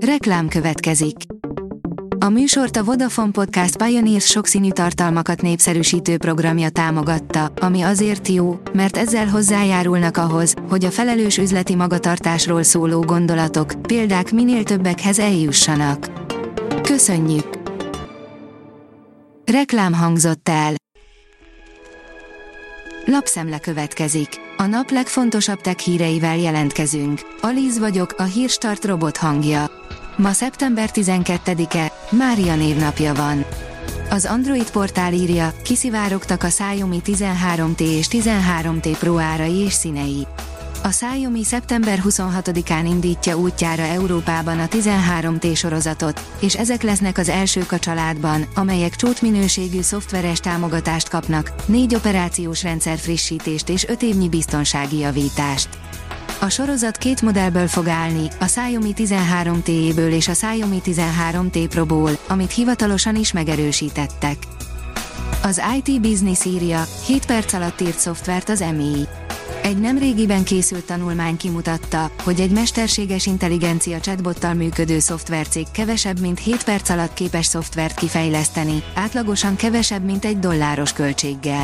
Reklám következik. A műsort a Vodafone Podcast Pioneers sokszínű tartalmakat népszerűsítő programja támogatta, ami azért jó, mert ezzel hozzájárulnak ahhoz, hogy a felelős üzleti magatartásról szóló gondolatok, példák minél többekhez eljussanak. Köszönjük! Reklám hangzott el. Lapszemle következik. A nap legfontosabb tech híreivel jelentkezünk. Alíz vagyok, a Hírstart robot hangja. Ma szeptember 12-e, Mária névnapja van. Az Android portál írja, kiszivárogtak a Xiaomi 13T és 13T Pro árai és színei. A Xiaomi szeptember 26-án indítja útjára Európában a 13T sorozatot, és ezek lesznek az elsők a családban, amelyek csúcsminőségű szoftveres támogatást kapnak, 4 operációs rendszer frissítést és 5 évnyi biztonsági javítást. A sorozat 2 modellből fog állni, a Xiaomi 13T-ből és a Xiaomi 13T Pro-ból, amit hivatalosan is megerősítettek. Az IT Business írja, 7 perc alatt írt szoftvert az MI. Egy nemrégiben készült tanulmány kimutatta, hogy egy mesterséges intelligencia chatbottal működő szoftvercég kevesebb mint 7 perc alatt képes szoftvert kifejleszteni, átlagosan kevesebb mint $1 költséggel.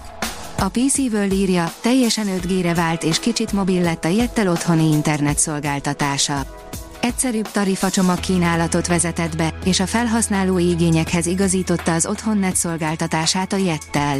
A PC World írja, teljesen 5G-re vált és kicsit mobil lett a Yettel otthoni internet szolgáltatása. Egyszerűbb tarifacsomag kínálatot vezetett be, és a felhasználói igényekhez igazította az otthonnet szolgáltatását a Yettel.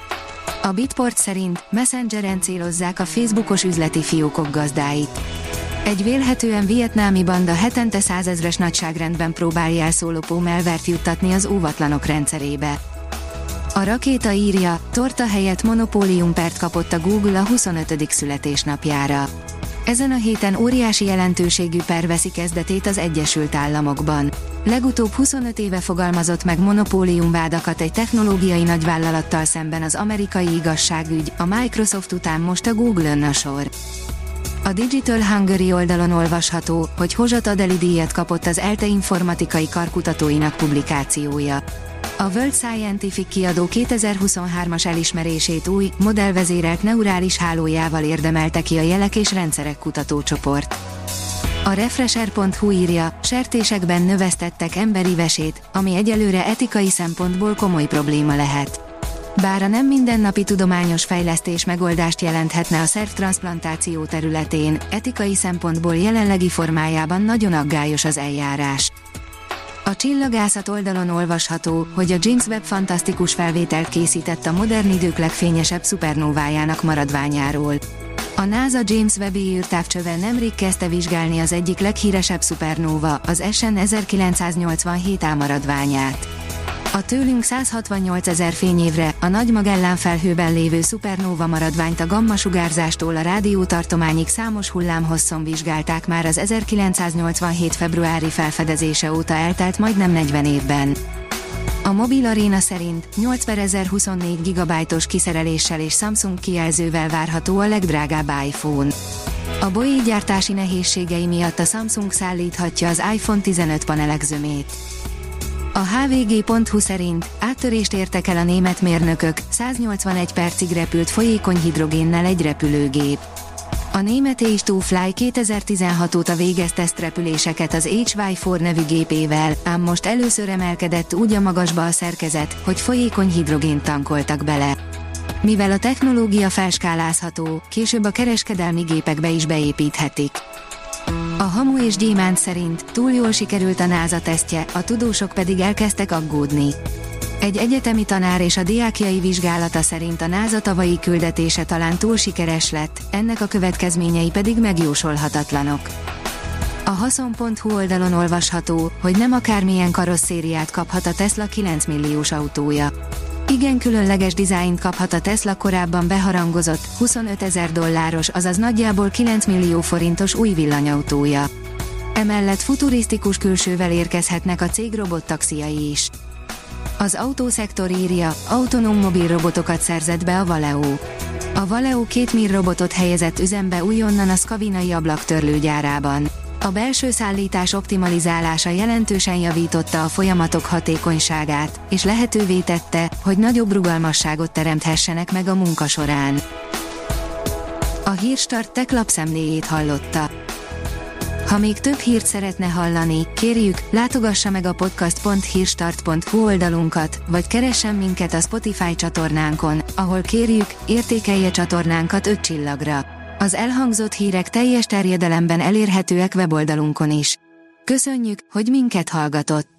A Bitport szerint Messengeren célozzák a Facebookos üzleti fiókok gazdáit. Egy vélhetően vietnámi banda hetente 100 000-es nagyságrendben próbál jelszólopó malware-t juttatni az óvatlanok rendszerébe. A Rakéta írja, torta helyett monopóliumpert kapott a Google a 25. születésnapjára. Ezen a héten óriási jelentőségű per veszi kezdetét az Egyesült Államokban. Legutóbb 25 éve fogalmazott meg monopóliumvádakat egy technológiai nagyvállalattal szemben az amerikai igazságügy, a Microsoft után most a Google-ön a sor. A Digital Hungary oldalon olvasható, hogy Hozsot Adeli díjat kapott az ELTE informatikai karkutatóinak publikációja. A World Scientific kiadó 2023-as elismerését új, modellvezérelt neurális hálójával érdemelte ki a Jelek és Rendszerek Kutatócsoport. A Refresher.hu írja, sertésekben növesztettek emberi vesét, ami egyelőre etikai szempontból komoly probléma lehet. Bár a nem mindennapi tudományos fejlesztés megoldást jelenthetne a szervtranszplantáció területén, etikai szempontból jelenlegi formájában nagyon aggályos az eljárás. A Csillagászat oldalon olvasható, hogy a James Webb fantasztikus felvételt készített a modern idők legfényesebb szupernóvájának maradványáról. A NASA James Webb űrtávcsöve nemrég kezdte vizsgálni az egyik leghíresebb szupernóva, az SN 1987 A maradványát. A tőlünk 168 000 fényévre, a Nagy Magellán felhőben lévő szupernóva maradványt a gammasugárzástól a rádiótartományig számos hullámhosszon vizsgálták már az 1987. februári felfedezése óta eltelt majdnem 40 évben. A Mobil Arena szerint 8/1024 GB-os kiszereléssel és Samsung kijelzővel várható a legdrágább iPhone. A BOE gyártási nehézségei miatt a Samsung szállíthatja az iPhone 15 panelek zömét. A hvg.hu szerint áttörést értek el a német mérnökök, 181 percig repült folyékony hidrogénnel egy repülőgép. A német H2Fly 2016 óta végez tesztrepüléseket az HY4 nevű gépével, ám most először emelkedett úgy a magasba a szerkezet, hogy folyékony hidrogént tankoltak bele. Mivel a technológia felskálázható, később a kereskedelmi gépekbe is beépíthetik. A Hamu és Gyémánt szerint túl jól sikerült a NASA tesztje, a tudósok pedig elkezdtek aggódni. Egy egyetemi tanár és a diákjai vizsgálata szerint a NASA tavalyi küldetése talán túl sikeres lett, ennek a következményei pedig megjósolhatatlanok. A haszon.hu oldalon olvasható, hogy nem akármilyen karosszériát kaphat a Tesla 9 milliós autója. Igen különleges dizájnt kaphat a Tesla korábban beharangozott, $25 000, azaz nagyjából 9 millió forintos új villanyautója. Emellett futurisztikus külsővel érkezhetnek a cég robottaxiai is. Az autószektor írja, autonóm mobil robotokat szerzett be a Valeo. A Valeo 2 MIR robotot helyezett üzembe újonnan a szkavinai ablaktörlő gyárában. A belső szállítás optimalizálása jelentősen javította a folyamatok hatékonyságát, és lehetővé tette, hogy nagyobb rugalmasságot teremthessenek meg a munka során. A Hírstart Tech lapszemléjét hallotta. Ha még több hírt szeretne hallani, kérjük, látogassa meg a podcast.hírstart.hu oldalunkat, vagy keressen minket a Spotify csatornánkon, ahol kérjük, értékelje csatornánkat 5 csillagra. Az elhangzott hírek teljes terjedelemben elérhetőek weboldalunkon is. Köszönjük, hogy minket hallgatott!